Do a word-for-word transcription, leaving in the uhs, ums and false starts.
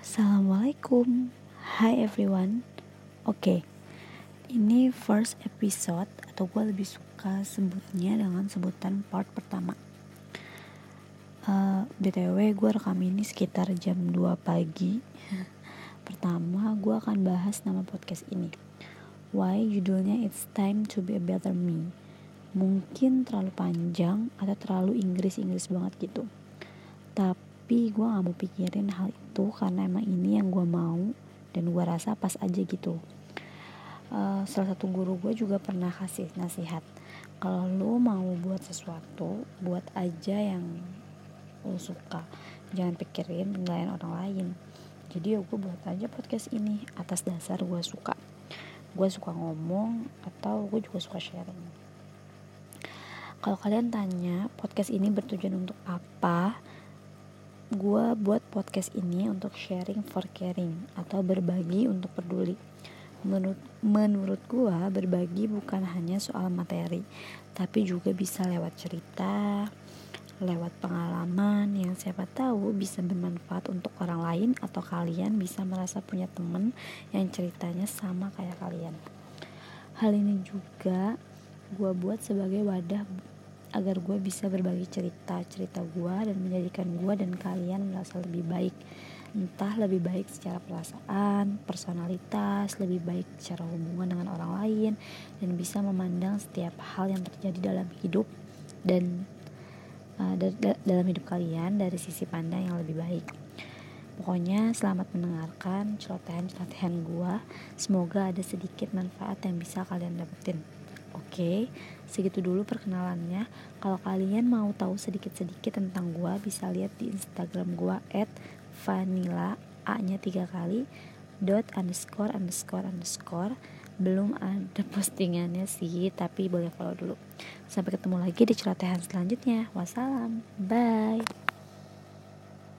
Assalamualaikum. Hi everyone. Oke, ini first episode, atau gue lebih suka sebutnya dengan sebutan part pertama. uh, B T W gue rekam ini sekitar jam dua pagi. Pertama, gue akan bahas nama podcast ini. Why judulnya It's Time to Be a Better Me. Mungkin terlalu panjang atau terlalu Inggris-Inggris banget gitu, tapi gue gak mau pikirin hal itu karena emang ini yang gue mau dan gue rasa pas aja gitu. uh, Salah satu guru gue juga pernah kasih nasihat, kalau lo mau buat sesuatu, buat aja yang lo suka, jangan pikirin penilaian orang lain. Jadi ya gue buat aja podcast ini atas dasar gue suka. Gue suka ngomong atau gue juga suka sharing. Kalau kalian tanya podcast ini bertujuan untuk apa, gue buat podcast ini untuk sharing for caring atau berbagi untuk peduli. Menurut menurut gue berbagi bukan hanya soal materi, tapi juga bisa lewat cerita, lewat pengalaman yang siapa tahu bisa bermanfaat untuk orang lain, atau kalian bisa merasa punya temen yang ceritanya sama kayak kalian. Hal ini juga gue buat sebagai wadah agar gue bisa berbagi cerita-cerita gue dan menjadikan gue dan kalian merasa lebih baik. Entah lebih baik secara perasaan, personalitas, lebih baik secara hubungan dengan orang lain, dan bisa memandang setiap hal yang terjadi dalam hidup dan uh, da- da- dalam hidup kalian dari sisi pandang yang lebih baik. Pokoknya selamat mendengarkan celotehan-celotehan gue. Semoga ada sedikit manfaat yang bisa kalian dapetin. Oke, segitu dulu perkenalannya. Kalau kalian mau tahu sedikit-sedikit tentang gue, bisa lihat di Instagram gue at vanilla a nya tiga kali dot underscore underscore underscore. Belum ada postingannya sih, tapi boleh follow dulu. Sampai ketemu lagi di celotehan selanjutnya. Wassalam, bye.